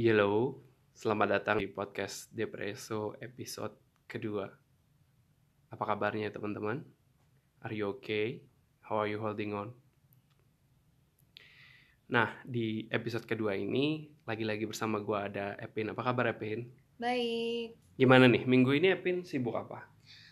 Hello, selamat datang di podcast Depresso episode kedua. Apa kabarnya teman-teman? Are you okay? How are you holding on? Nah, di episode kedua ini lagi-lagi bersama gue ada Epin. Apa kabar Epin? Baik, Gimana nih, minggu ini Epin sibuk apa?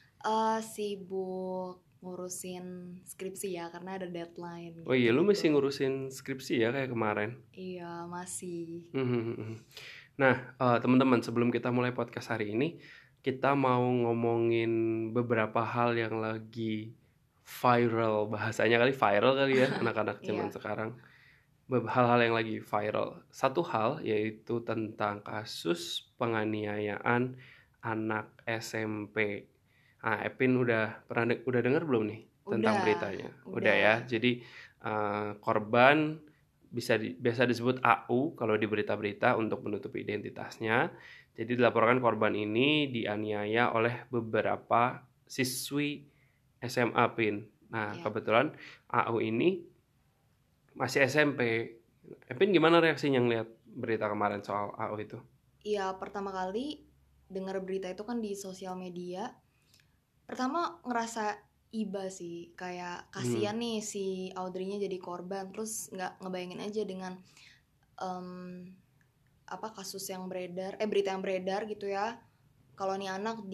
sibuk ngurusin skripsi ya karena ada deadline Oh iya, lu gitu-gitu. masih ngurusin skripsi ya kayak kemarin? Iya, masih. Nah, teman-teman, sebelum kita mulai podcast hari ini, kita mau ngomongin beberapa hal yang lagi viral, bahasanya viral kali ya, anak-anak zaman Iya, sekarang. Hal-hal yang lagi viral. Satu hal yaitu tentang kasus penganiayaan anak SMP. Ah, Epin udah dengar belum nih tentang udah, beritanya? Udah ya. udah. Jadi korban biasa disebut AU kalau di berita-berita untuk menutupi identitasnya. Jadi dilaporkan korban ini dianiaya oleh beberapa siswi SMA Pin. Nah, Iya. kebetulan AU ini masih SMP. Epin gimana reaksinya ngeliat berita kemarin soal AU itu? Iya, pertama kali dengar berita itu kan di sosial media. Pertama ngerasa iba sih, kayak Hmm. kasihan nih si Audrey-nya jadi korban, terus nggak ngebayangin aja dengan em, kasus yang beredar, berita yang beredar gitu ya. Kalau nih anak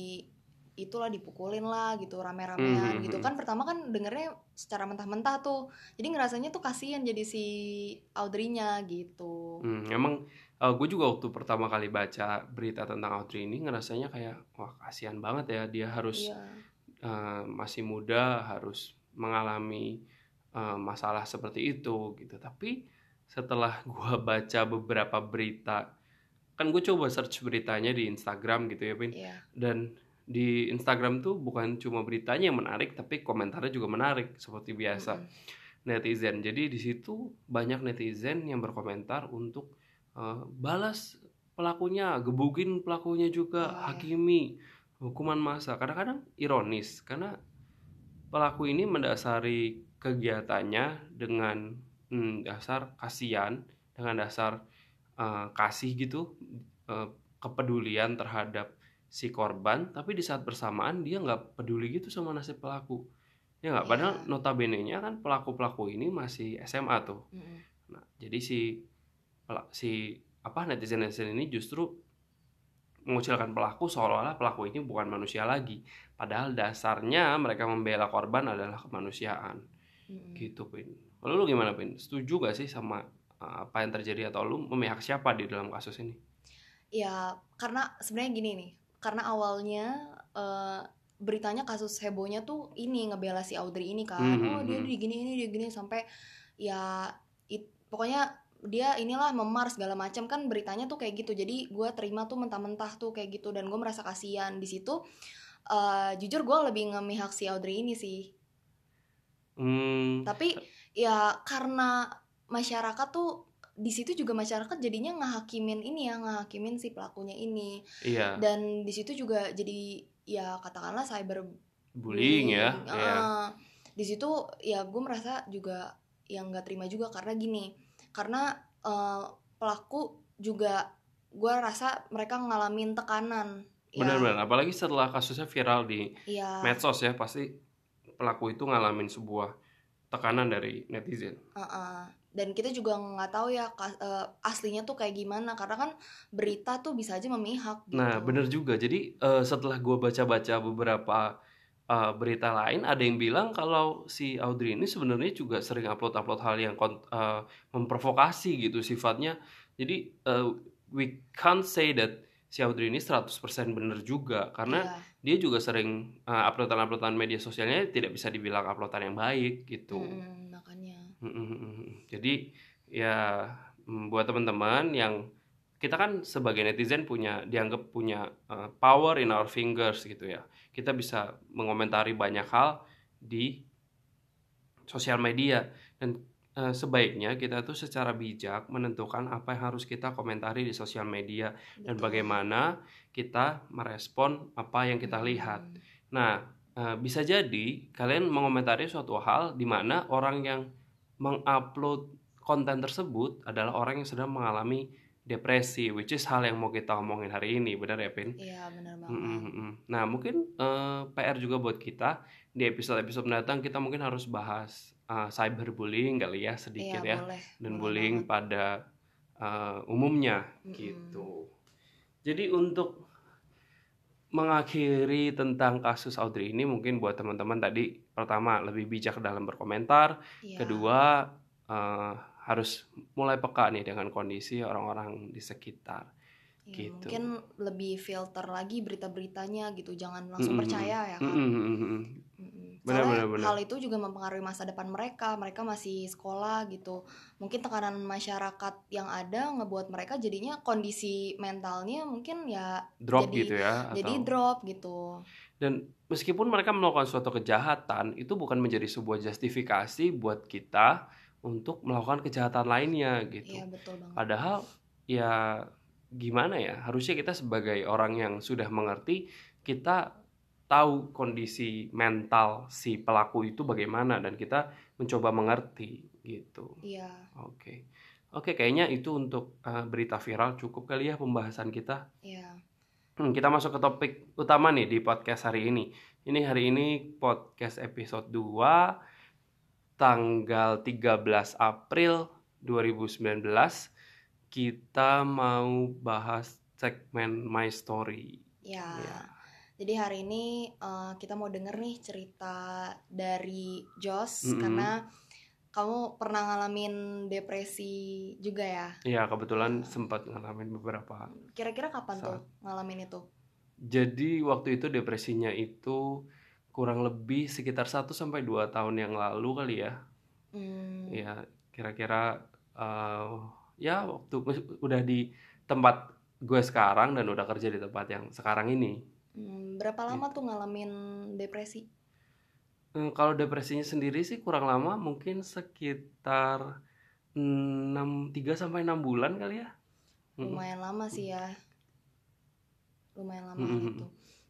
dipukulin lah gitu rame-ramean gitu Hmm. kan, pertama kan dengernya secara mentah-mentah tuh, jadi ngerasanya tuh kasihan jadi si Audrey-nya gitu. Emang gue juga waktu pertama kali baca berita tentang Audrey ini ngerasanya kayak wah kasihan banget ya dia harus Iya, masih muda harus mengalami masalah seperti itu gitu. Tapi setelah gue baca beberapa berita, kan gue coba search beritanya di Instagram gitu ya Pin, iya. dan di Instagram tuh bukan cuma beritanya yang menarik tapi komentarnya juga menarik seperti biasa Mm-mm. netizen. Jadi di situ banyak netizen yang berkomentar untuk balas pelakunya, gebukin pelakunya juga, Oh ya. hakimi hukuman massa. Kadang-kadang ironis karena pelaku ini mendasari kegiatannya dengan dasar kasihan, dengan dasar kasih gitu, kepedulian terhadap si korban, tapi di saat bersamaan dia nggak peduli gitu sama nasib pelaku. Ya nggak, padahal Iya. notabene-nya kan pelaku-pelaku ini masih SMA tuh. Mm-mm. Nah, jadi si netizen-netizen ini justru mengucilkan pelaku seolah-olah pelaku ini bukan manusia lagi. Padahal dasarnya mereka membela korban adalah kemanusiaan. Mm-mm. Gitu, Pin. Lalu lu gimana, Pin? Setuju gak sih sama apa yang terjadi atau lu memihak siapa di dalam kasus ini? Ya, karena sebenarnya gini nih, karena awalnya eh, beritanya kasus hebohnya tuh ini ngebela si Audrey ini Hmm, kan, hmm, oh dia hmm. digini ini dia gini sampai ya pokoknya dia inilah memar segala macam kan, beritanya tuh kayak gitu. Jadi gue terima tuh mentah-mentah tuh kayak gitu dan gue merasa kasihan di situ. Jujur gue lebih ngemihak si Audrey ini sih. Hmm, Tapi ya karena masyarakat tuh di situ juga masyarakat jadinya ngehakimin si pelakunya ini, iya, dan di situ juga jadi ya katakanlah bullying ya, cyberbullying. iya. Di situ ya gue merasa juga yang nggak terima juga karena gini, karena pelaku juga gue rasa mereka ngalamin tekanan ya. Benar-benar, apalagi setelah kasusnya viral di Ya. medsos ya, pasti pelaku itu ngalamin sebuah tekanan dari netizen. Dan kita juga nggak tahu ya aslinya tuh kayak gimana karena kan berita tuh bisa aja memihak Nah, gitu. bener juga. Jadi setelah gue baca-baca beberapa berita lain, ada yang bilang kalau si Audrey ini sebenarnya juga sering upload-upload hal yang memprovokasi gitu sifatnya. Jadi we can't say that si Audrey ini 100% bener juga karena Iya. dia juga sering uploadan-uploadan media sosialnya tidak bisa dibilang uploadan yang baik gitu. Makanya. Jadi ya buat teman-teman yang kita kan sebagai netizen dianggap punya power in our fingers gitu ya. Kita bisa mengomentari banyak hal di sosial media dan sebaiknya kita tuh secara bijak menentukan apa yang harus kita komentari di sosial media dan Betul. bagaimana kita merespon apa yang kita lihat. Mm-mm. Nah, bisa jadi kalian mengomentari suatu hal di mana orang yang mengupload konten tersebut adalah orang yang sedang mengalami depresi, which is hal yang mau kita omongin hari ini, benar ya, Pin? Iya, benar Mm, banget. mm, mm. Nah, mungkin PR juga buat kita di episode-episode mendatang kita mungkin harus bahas cyberbullying kali ya, sedikit Iya, ya, boleh. dan Boleh bullying banget. pada umumnya Mm-mm. gitu. Jadi untuk mengakhiri tentang kasus Audrey ini, mungkin buat teman-teman tadi, pertama lebih bijak dalam berkomentar, Iya. kedua harus mulai peka nih dengan kondisi orang-orang di sekitar Ya, gitu. mungkin lebih filter lagi berita-beritanya gitu, jangan langsung Mm-mm. percaya ya kan. Mm-mm. Soalnya Benar. hal itu juga mempengaruhi masa depan mereka masih sekolah gitu. Mungkin tekanan masyarakat yang ada ngebuat mereka jadinya kondisi mentalnya mungkin ya Drop gitu ya, jadi atau drop gitu. dan meskipun mereka melakukan suatu kejahatan, itu bukan menjadi sebuah justifikasi buat kita untuk melakukan kejahatan lainnya gitu. Iya, betul banget. Padahal ya gimana ya, harusnya kita sebagai orang yang sudah mengerti, kita tahu kondisi mental si pelaku itu bagaimana dan kita mencoba mengerti gitu. Iya. Oke, kayaknya itu untuk berita viral cukup kali ya pembahasan kita. Iya. Kita masuk ke topik utama nih di podcast hari ini. Hari ini podcast episode 2 tanggal 13 April 2019. Kita mau bahas segmen My Story. Ya. Ya. Jadi hari ini kita mau denger nih cerita dari Joss Mm-mm. karena kamu pernah ngalamin depresi juga ya? Iya, kebetulan sempat ngalamin beberapa. Kira-kira kapan saat. tuh ngalamin itu? Jadi waktu itu depresinya itu kurang lebih sekitar 1-2 tahun yang lalu kali ya. Ya, kira-kira ya waktu udah di tempat gue sekarang dan udah kerja di tempat yang sekarang ini. Berapa lama tuh ngalamin depresi? Kalau depresinya sendiri sih kurang lama, mungkin sekitar 3-6 bulan kali ya. Lumayan lama sih ya. Lumayan lama gitu.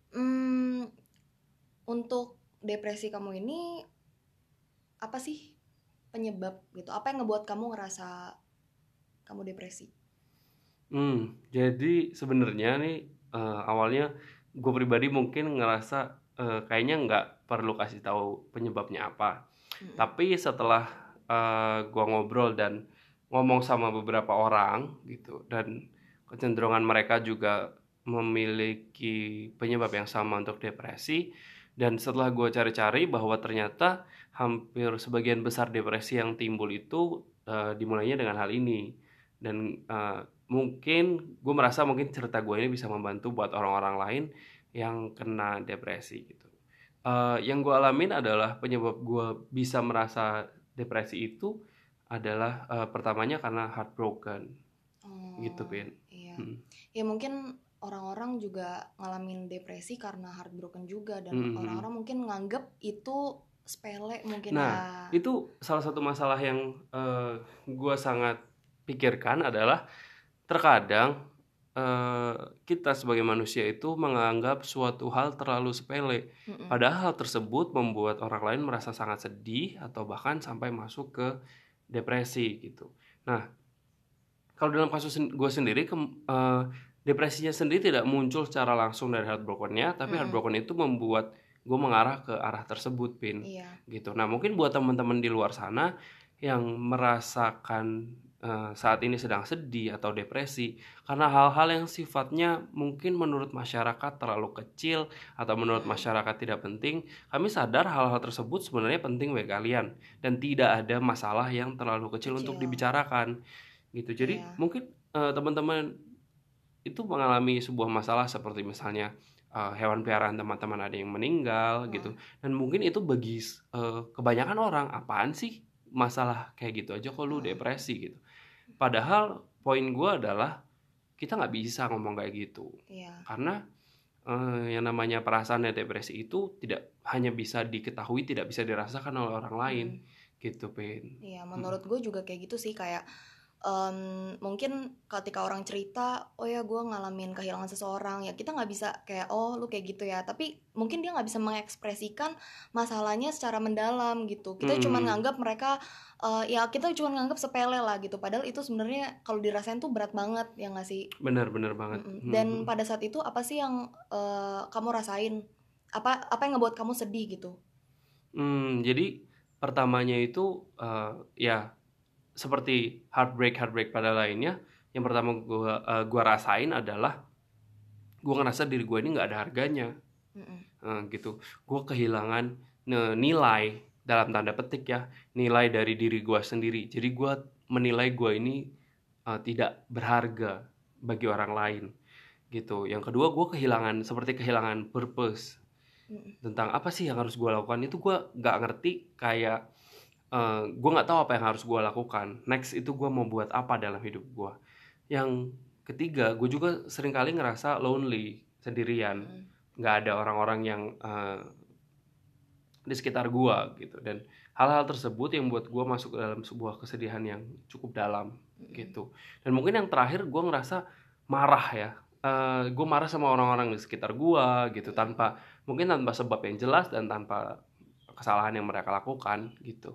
Untuk depresi kamu ini apa sih penyebab gitu? Apa yang ngebuat kamu ngerasa kamu depresi? Jadi sebenarnya nih awalnya gue pribadi mungkin ngerasa kayaknya nggak perlu kasih tahu penyebabnya apa. Tapi setelah gue ngobrol dan ngomong sama beberapa orang gitu, dan kecenderungan mereka juga memiliki penyebab yang sama untuk depresi, dan setelah gue cari-cari bahwa ternyata hampir sebagian besar depresi yang timbul itu dimulainya dengan hal ini. Dan mungkin gue merasa mungkin cerita gue ini bisa membantu buat orang-orang lain yang kena depresi gitu. Yang gue alamin adalah penyebab gue bisa merasa depresi itu adalah pertamanya karena heartbroken. Gitu, Pin. Iya. Ya mungkin orang-orang juga ngalamin depresi karena heartbroken juga, dan orang-orang mungkin nganggep itu sepele mungkin. Nah, itu salah satu masalah yang gue sangat pikirkan adalah terkadang kita sebagai manusia itu menganggap suatu hal terlalu sepele. Padahal hal tersebut membuat orang lain merasa sangat sedih atau bahkan sampai masuk ke depresi gitu. Nah, kalau dalam kasus gue sendiri depresinya sendiri tidak muncul secara langsung dari heartbroken-nya, tapi heartbroken itu membuat gue mengarah ke arah tersebut, Pin. Iya. Gitu. Nah, mungkin buat teman-teman di luar sana yang merasakan saat ini sedang sedih atau depresi karena hal-hal yang sifatnya mungkin menurut masyarakat terlalu kecil atau menurut masyarakat tidak penting, kami sadar hal-hal tersebut sebenarnya penting bagi kalian dan tidak ada masalah yang terlalu kecil untuk dibicarakan gitu. Jadi mungkin teman-teman itu mengalami sebuah masalah seperti misalnya hewan peliharaan teman-teman ada yang meninggal gitu, dan mungkin itu bagi kebanyakan orang apaan sih masalah kayak gitu aja kok lu depresi gitu. Padahal poin gue adalah kita nggak bisa ngomong kayak gitu. Karena yang namanya perasaan depresi itu tidak hanya bisa diketahui, tidak bisa dirasakan oleh orang lain gitu, Pin. Iya, menurut gue juga kayak gitu sih, kayak mungkin ketika orang cerita, oh ya gue ngalamin kehilangan seseorang, ya kita nggak bisa kayak oh lu kayak gitu ya, tapi mungkin dia nggak bisa mengekspresikan masalahnya secara mendalam gitu. Kita cuma nganggap mereka ya kita cuma nganggap sepele lah gitu, padahal itu sebenarnya kalau dirasain tuh berat banget ya nggak sih. Benar banget. Dan pada saat itu apa sih yang kamu rasain, apa yang ngebuat kamu sedih gitu? Jadi pertamanya itu ya seperti heartbreak pada lainnya. Yang pertama gua rasain adalah gua ngerasa diri gua ini nggak ada harganya. Gitu. Gua kehilangan nilai dalam tanda petik ya, nilai dari diri gua sendiri. Jadi gua menilai gua ini tidak berharga bagi orang lain gitu. Yang kedua, gue seperti kehilangan purpose tentang apa sih yang harus gue lakukan. Itu gue nggak ngerti, kayak gue nggak tahu apa yang harus gue lakukan next. Itu gue mau buat apa dalam hidup gue. Yang ketiga, gue juga seringkali ngerasa lonely, sendirian, nggak ada orang-orang yang di sekitar gue gitu. Dan hal-hal tersebut yang buat gue masuk ke dalam sebuah kesedihan yang cukup dalam gitu. Dan mungkin yang terakhir, gue ngerasa marah ya. Gue marah sama orang-orang di sekitar gue gitu, mungkin tanpa sebab yang jelas dan tanpa kesalahan yang mereka lakukan gitu.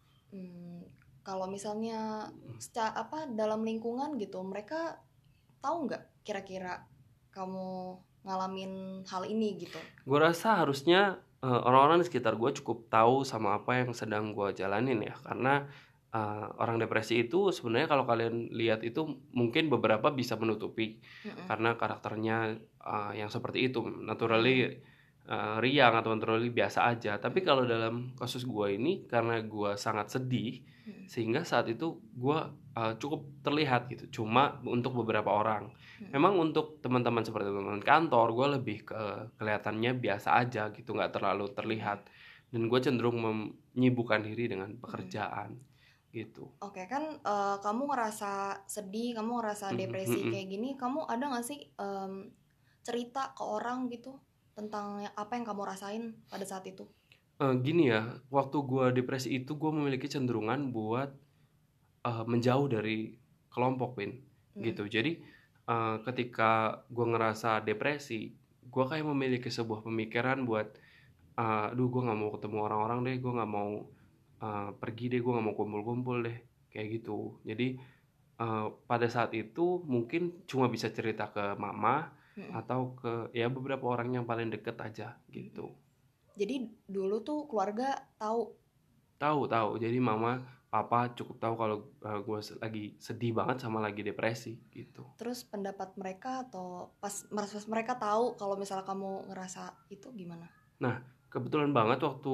Kalau misalnya dalam lingkungan gitu, mereka tahu nggak kira-kira kamu ngalamin hal ini gitu? Gue rasa harusnya orang-orang di sekitar gue cukup tahu sama apa yang sedang gue jalanin ya, karena orang depresi itu sebenarnya kalau kalian lihat itu mungkin beberapa bisa menutupi karena karakternya yang seperti itu, naturally riang atau naturally biasa aja. Tapi kalau dalam kasus gue ini, karena gue sangat sedih, sehingga saat itu gue cukup terlihat gitu. Cuma untuk beberapa orang. Memang untuk teman-teman seperti teman kantor, gue lebih kelihatannya biasa aja gitu, nggak terlalu terlihat. Dan gue cenderung menyibukkan diri dengan pekerjaan gitu. Oke, kan kamu ngerasa sedih, kamu ngerasa depresi kayak gini, kamu ada nggak sih cerita ke orang gitu tentang apa yang kamu rasain pada saat itu? Gini ya, waktu gue depresi itu gue memiliki cenderungan buat menjauh dari kelompok, Pin. Gitu. Jadi ketika gue ngerasa depresi, gue kayak memiliki sebuah pemikiran buat aduh, gue nggak mau ketemu orang-orang deh, gue nggak mau pergi deh, gue nggak mau kumpul-kumpul deh, kayak gitu. Jadi pada saat itu mungkin cuma bisa cerita ke mama atau ke ya beberapa orang yang paling deket aja gitu. Jadi dulu tuh keluarga tahu? Tahu. Jadi mama, papa cukup tahu kalau gue lagi sedih banget sama lagi depresi gitu. Terus pendapat mereka atau pas mereka tahu kalau misalnya kamu ngerasa itu gimana? Nah, kebetulan banget waktu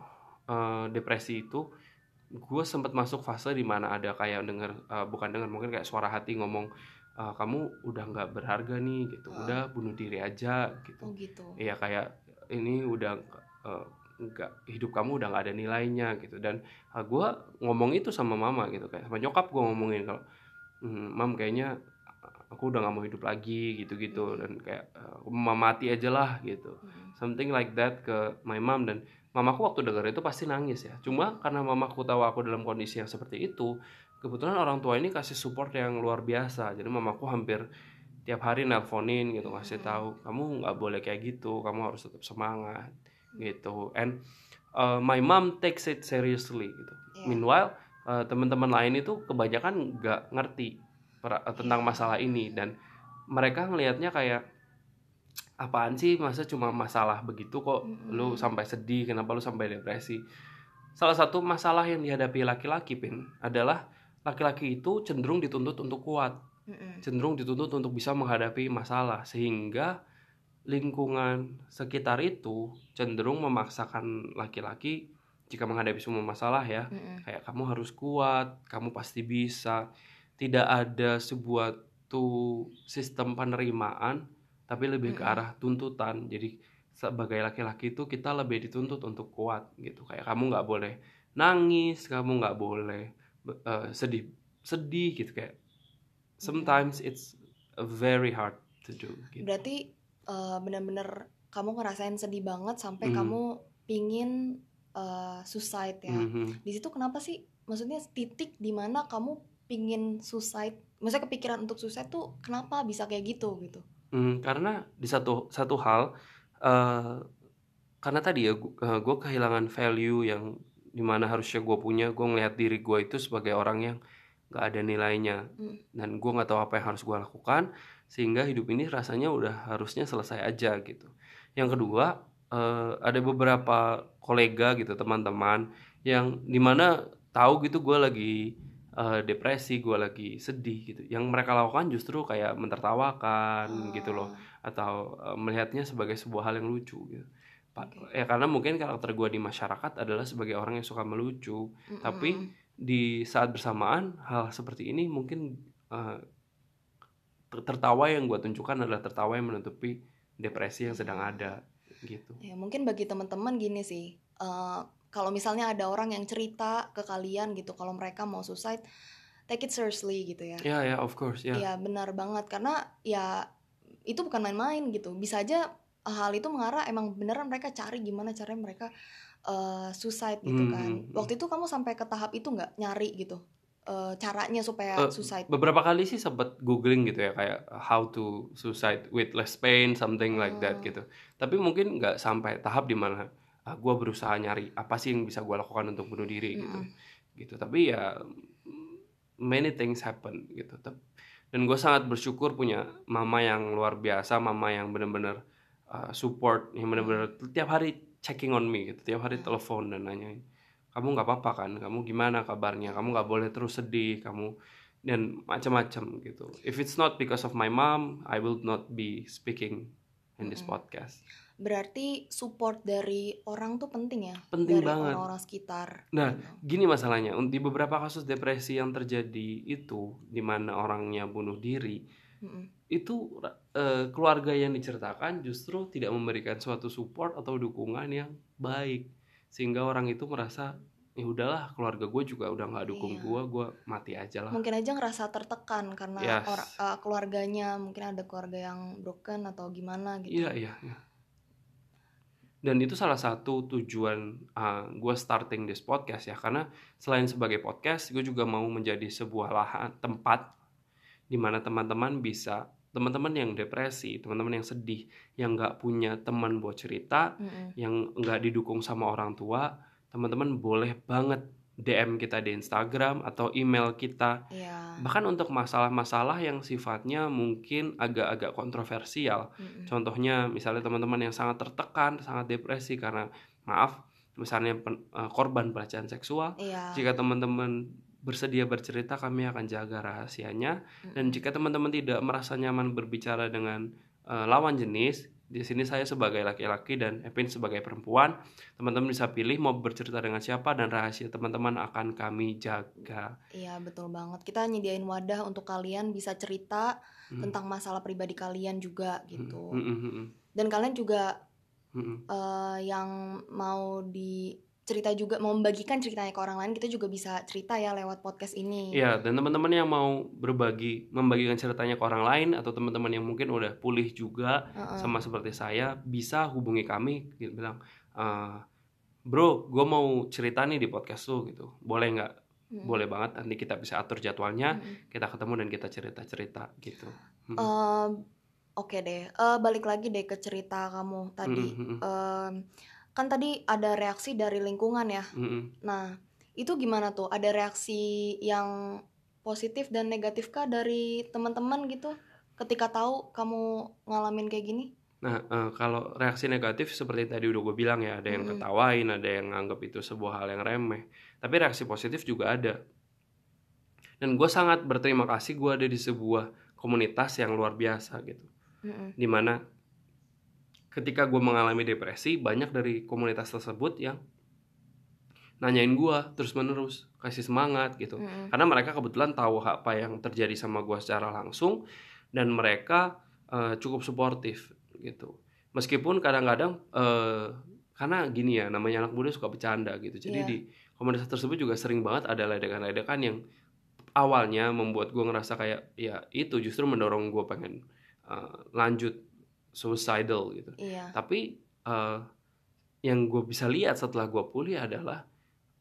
depresi itu, gue sempat masuk fase dimana ada kayak mungkin kayak suara hati ngomong, kamu udah nggak berharga nih gitu, udah bunuh diri aja gitu. Oh gitu. Iya, kayak ini udah nggak, hidup kamu udah nggak ada nilainya gitu. Dan gue ngomong itu sama mama gitu, kayak sama nyokap gue ngomongin kalau mam, kayaknya aku udah nggak mau hidup lagi gitu-gitu. Dan kayak mati aja lah gitu, something like that ke my mom. Dan mamaku waktu dengar itu pasti nangis ya. Cuma karena mamaku tahu aku dalam kondisi yang seperti itu, kebetulan orang tua ini kasih support yang luar biasa. Jadi mamaku hampir tiap hari nelponin gitu, ngasih tahu kamu nggak boleh kayak gitu, kamu harus tetap semangat gitu. And my mom takes it seriously gitu. Meanwhile teman-teman lain itu kebanyakan nggak ngerti tentang masalah ini, dan mereka ngelihatnya kayak apaan sih, masa cuma masalah begitu kok lu sampai sedih, kenapa lu sampai depresi. Salah satu masalah yang dihadapi laki-laki, Pin, adalah laki-laki itu cenderung dituntut untuk kuat, cenderung dituntut untuk bisa menghadapi masalah, sehingga lingkungan sekitar itu cenderung memaksakan laki-laki jika menghadapi semua masalah ya, kayak kamu harus kuat, kamu pasti bisa. Tidak ada sebuah sistem penerimaan, tapi lebih ke arah tuntutan. Jadi sebagai laki-laki itu kita lebih dituntut untuk kuat gitu, kayak kamu nggak boleh nangis, kamu nggak boleh sedih gitu. Kayak sometimes it's very hard to do gitu. Berarti benar-benar kamu ngerasain sedih banget sampai kamu pingin suicide ya. Di situ kenapa sih, maksudnya titik dimana kamu pingin suicide, maksudnya kepikiran untuk suicide tuh kenapa bisa kayak gitu gitu? Karena di satu hal, eh, karena tadi ya gue kehilangan value yang dimana harusnya gue punya. Gue ngelihat diri gue itu sebagai orang yang gak ada nilainya, dan gue nggak tahu apa yang harus gue lakukan, sehingga hidup ini rasanya udah harusnya selesai aja gitu. Yang kedua, ada beberapa kolega gitu, teman-teman yang dimana tahu gitu gue lagi depresi, gue lagi sedih gitu. Yang mereka lakukan justru kayak mentertawakan gitu loh, atau melihatnya sebagai sebuah hal yang lucu gitu. Ya karena mungkin karakter gue di masyarakat adalah sebagai orang yang suka melucu, tapi di saat bersamaan hal seperti ini mungkin tertawa yang gue tunjukkan adalah tertawa yang menutupi depresi yang sedang ada gitu. Ya mungkin bagi teman-teman gini sih, kalau misalnya ada orang yang cerita ke kalian gitu kalau mereka mau suicide, take it seriously gitu ya. Ya, of course ya. Ya benar banget, karena ya itu bukan main-main gitu. Bisa aja hal itu mengarah emang beneran mereka cari gimana caranya mereka suicide gitu kan. Waktu itu kamu sampai ke tahap itu nggak, nyari gitu caranya supaya suicide? Beberapa kali sih sempat googling gitu ya, kayak how to suicide with less pain, something like that gitu. Tapi mungkin nggak sampai tahap dimana gue berusaha nyari apa sih yang bisa gue lakukan untuk bunuh diri gitu. Tapi ya many things happen gitu. Dan gue sangat bersyukur punya mama yang luar biasa, mama yang benar-benar support, yang benar-benar tiap hari checking on me gitu, tiap hari telepon dan nanyain, kamu nggak apa-apa kan, kamu gimana kabarnya, kamu nggak boleh terus sedih, kamu, dan macam-macam gitu. If it's not because of my mom, I will not be speaking in this podcast. Berarti support dari orang tuh penting ya, penting dari banget orang-orang sekitar. Nah, gini masalahnya, di beberapa kasus depresi yang terjadi itu, di mana orangnya bunuh diri, itu keluarga yang diceritakan justru tidak memberikan suatu support atau dukungan yang baik, sehingga orang itu merasa ya udahlah, keluarga gue juga udah nggak dukung gue mati aja lah. Mungkin aja ngerasa tertekan karena Yes. keluarganya, mungkin ada keluarga yang broken atau gimana gitu. Iya. Dan itu salah satu tujuan gue starting this podcast ya, karena selain sebagai podcast, gue juga mau menjadi sebuah tempat di mana teman-teman yang depresi, teman-teman yang sedih, yang nggak punya teman buat cerita, yang nggak didukung sama orang tua, teman-teman boleh banget DM kita di Instagram atau email kita. Bahkan untuk masalah-masalah yang sifatnya mungkin agak-agak kontroversial. Contohnya misalnya teman-teman yang sangat tertekan, sangat depresi karena misalnya korban pelecehan seksual. Jika teman-teman bersedia bercerita, kami akan jaga rahasianya. Dan jika teman-teman tidak merasa nyaman berbicara dengan lawan jenis, di sini saya sebagai laki-laki dan Epin sebagai perempuan, teman-teman bisa pilih mau bercerita dengan siapa, dan rahasia teman-teman akan kami jaga. Iya, betul banget. Kita nyediain wadah untuk kalian bisa cerita tentang masalah pribadi kalian juga gitu. Dan kalian juga yang mau cerita juga, mau membagikan ceritanya ke orang lain, kita juga bisa cerita ya lewat podcast ini. Iya, dan teman-teman yang mau membagikan ceritanya ke orang lain, atau teman-teman yang mungkin udah pulih juga sama seperti saya, bisa hubungi kami gitu, bilang, bro, gue mau cerita nih di podcast lu gitu, boleh nggak? Boleh banget, nanti kita bisa atur jadwalnya, kita ketemu dan kita cerita-cerita gitu. Oke deh, balik lagi deh ke cerita kamu tadi. Kan tadi ada reaksi dari lingkungan ya. Nah, itu gimana tuh? Ada reaksi yang positif dan negatif kah dari teman-teman gitu ketika tahu kamu ngalamin kayak gini? Nah, kalau reaksi negatif seperti tadi udah gue bilang ya, ada yang ketawain, ada yang nganggap itu sebuah hal yang remeh. Tapi reaksi positif juga ada. Dan gue sangat berterima kasih gue ada di sebuah komunitas yang luar biasa gitu. Dimana ketika gue mengalami depresi, banyak dari komunitas tersebut yang nanyain gue terus-menerus, kasih semangat gitu. Karena mereka kebetulan tahu apa yang terjadi sama gue secara langsung, dan mereka cukup suportif gitu. Meskipun kadang-kadang karena gini ya, namanya anak muda suka bercanda gitu. Jadi di komunitas tersebut juga sering banget ada ledekan-ledekan yang awalnya membuat gue ngerasa kayak ya itu justru mendorong gue pengen lanjut suicidal gitu. Tapi yang gue bisa lihat setelah gue pulih adalah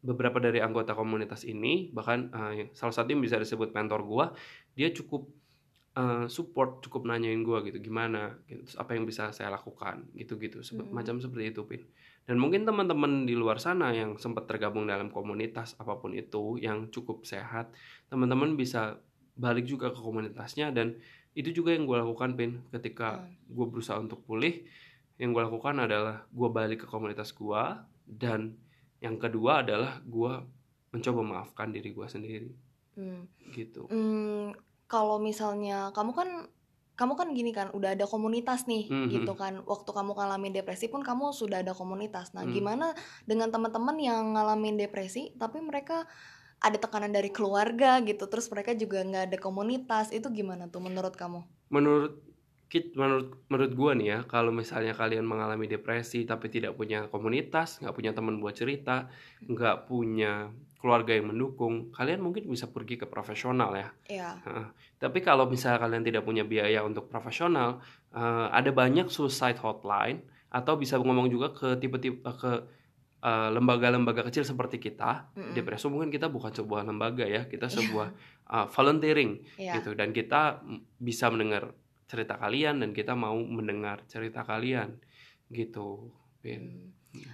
beberapa dari anggota komunitas ini, bahkan salah satu yang bisa disebut mentor gue, dia cukup support, cukup nanyain gue gitu, gimana gitu, terus apa yang bisa saya lakukan gitu-gitu, macam seperti itu, Pin. Dan mungkin teman-teman di luar sana yang sempat tergabung dalam komunitas apapun itu yang cukup sehat, teman-teman bisa balik juga ke komunitasnya. Dan itu juga yang gue lakukan, Pin, ketika gue berusaha untuk pulih. Yang gue lakukan adalah gue balik ke komunitas gue, dan yang kedua adalah gue mencoba memaafkan diri gue sendiri. Gitu. Kalau misalnya kamu kan gini kan, udah ada komunitas nih, gitu kan. Waktu kamu ngalamin depresi pun kamu sudah ada komunitas. Nah, gimana dengan teman-teman yang ngalamin depresi tapi mereka ada tekanan dari keluarga gitu, terus mereka juga nggak ada komunitas, itu gimana tuh menurut kamu? Menurut gue nih ya, kalau misalnya kalian mengalami depresi tapi tidak punya komunitas, nggak punya teman buat cerita, nggak punya keluarga yang mendukung, kalian mungkin bisa pergi ke profesional ya. Tapi kalau misalnya kalian tidak punya biaya untuk profesional, ada banyak suicide hotline, atau bisa ngomong juga ke lembaga-lembaga kecil seperti kita. Depresso mungkin kita bukan sebuah lembaga ya, kita sebuah volunteering gitu, dan kita bisa mendengar cerita kalian dan kita mau mendengar cerita kalian gitu, Pin.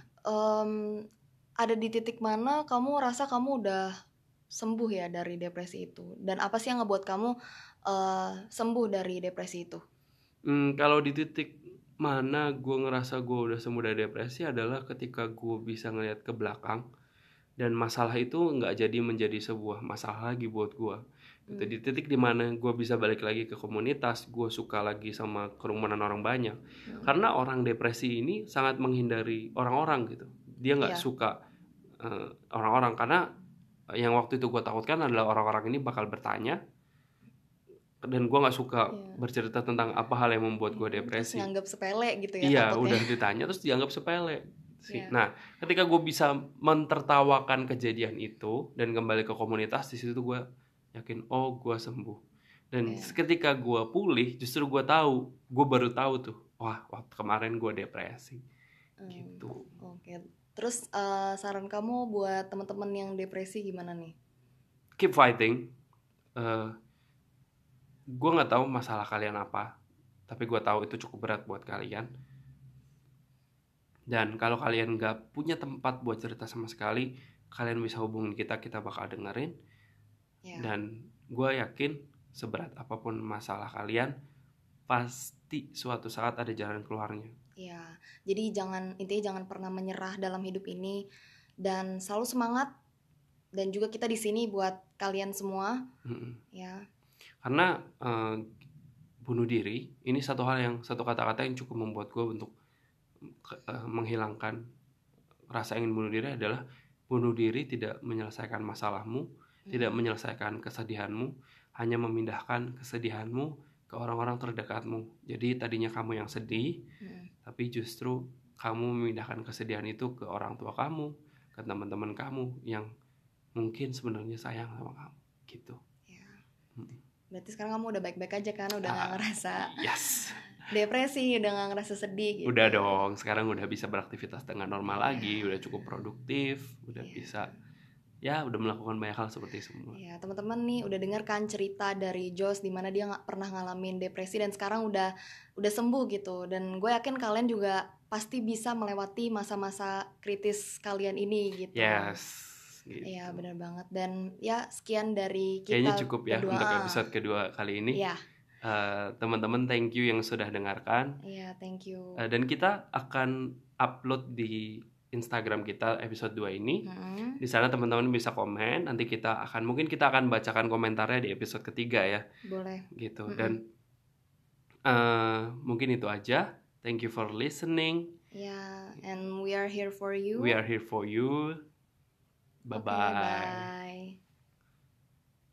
Ada di titik mana kamu rasa kamu udah sembuh ya dari depresi itu, dan apa sih yang ngebuat kamu sembuh dari depresi itu? Kalau di titik mana gue ngerasa gue udah sembuh dari depresi adalah ketika gue bisa ngeliat ke belakang dan masalah itu nggak jadi menjadi sebuah masalah lagi buat gue. Gitu. Di titik dimana gue bisa balik lagi ke komunitas, gue suka lagi sama kerumunan orang banyak. Karena orang depresi ini sangat menghindari orang-orang gitu. Dia nggak suka orang-orang, karena yang waktu itu gue takutkan adalah orang-orang ini bakal bertanya, dan gue nggak suka bercerita tentang apa hal yang membuat gue depresi. Terus nganggap sepele gitu ya. Iya, takutnya. udah ditanya terus dianggap sepele sih. Nah, ketika gue bisa mentertawakan kejadian itu dan kembali ke komunitas, di situ gue yakin, oh gue sembuh. Dan ketika gue pulih, justru gue baru tahu tuh, wah waktu kemarin gue depresi. Gitu. Oke. Terus saran kamu buat teman-teman yang depresi gimana nih? Keep fighting. Gue nggak tahu masalah kalian apa, tapi gue tahu itu cukup berat buat kalian. Dan kalau kalian nggak punya tempat buat cerita sama sekali, kalian bisa hubungin kita bakal dengerin. Dan gue yakin seberat apapun masalah kalian, pasti suatu saat ada jalan keluarnya. Ya, jadi intinya jangan pernah menyerah dalam hidup ini, dan selalu semangat. Dan juga kita di sini buat kalian semua. Ya. Karena bunuh diri ini satu kata-kata yang cukup membuat gue untuk menghilangkan rasa ingin bunuh diri adalah, bunuh diri tidak menyelesaikan masalahmu, tidak menyelesaikan kesedihanmu, hanya memindahkan kesedihanmu ke orang-orang terdekatmu. Jadi tadinya kamu yang sedih, tapi justru kamu memindahkan kesedihan itu ke orang tua kamu, ke teman-teman kamu yang mungkin sebenarnya sayang sama kamu gitu. Berarti sekarang kamu udah baik-baik aja kan, udah nggak ngerasa depresi, udah nggak ngerasa sedih gitu. Udah dong, sekarang udah bisa beraktivitas dengan normal lagi, udah cukup produktif, udah bisa, ya udah melakukan banyak hal seperti semua. Ya, teman-teman nih udah dengar kan cerita dari Jos di mana dia nggak pernah ngalamin depresi dan sekarang udah sembuh gitu. Dan gue yakin kalian juga pasti bisa melewati masa-masa kritis kalian ini gitu. Yes. Gitu. Iya, benar banget. Dan ya sekian dari kita. Kayaknya cukup ya untuk episode kedua kali ini. Iya. Teman-teman, thank you yang sudah dengarkan. Iya, thank you. Dan kita akan upload di Instagram kita episode 2 ini. Di sana teman-teman bisa komen. Nanti mungkin kita akan bacakan komentarnya di episode ketiga ya. Boleh. Gitu. Dan mungkin itu aja. Thank you for listening. Yeah, and we are here for you. We are here for you. Bye-bye. Okay, bye.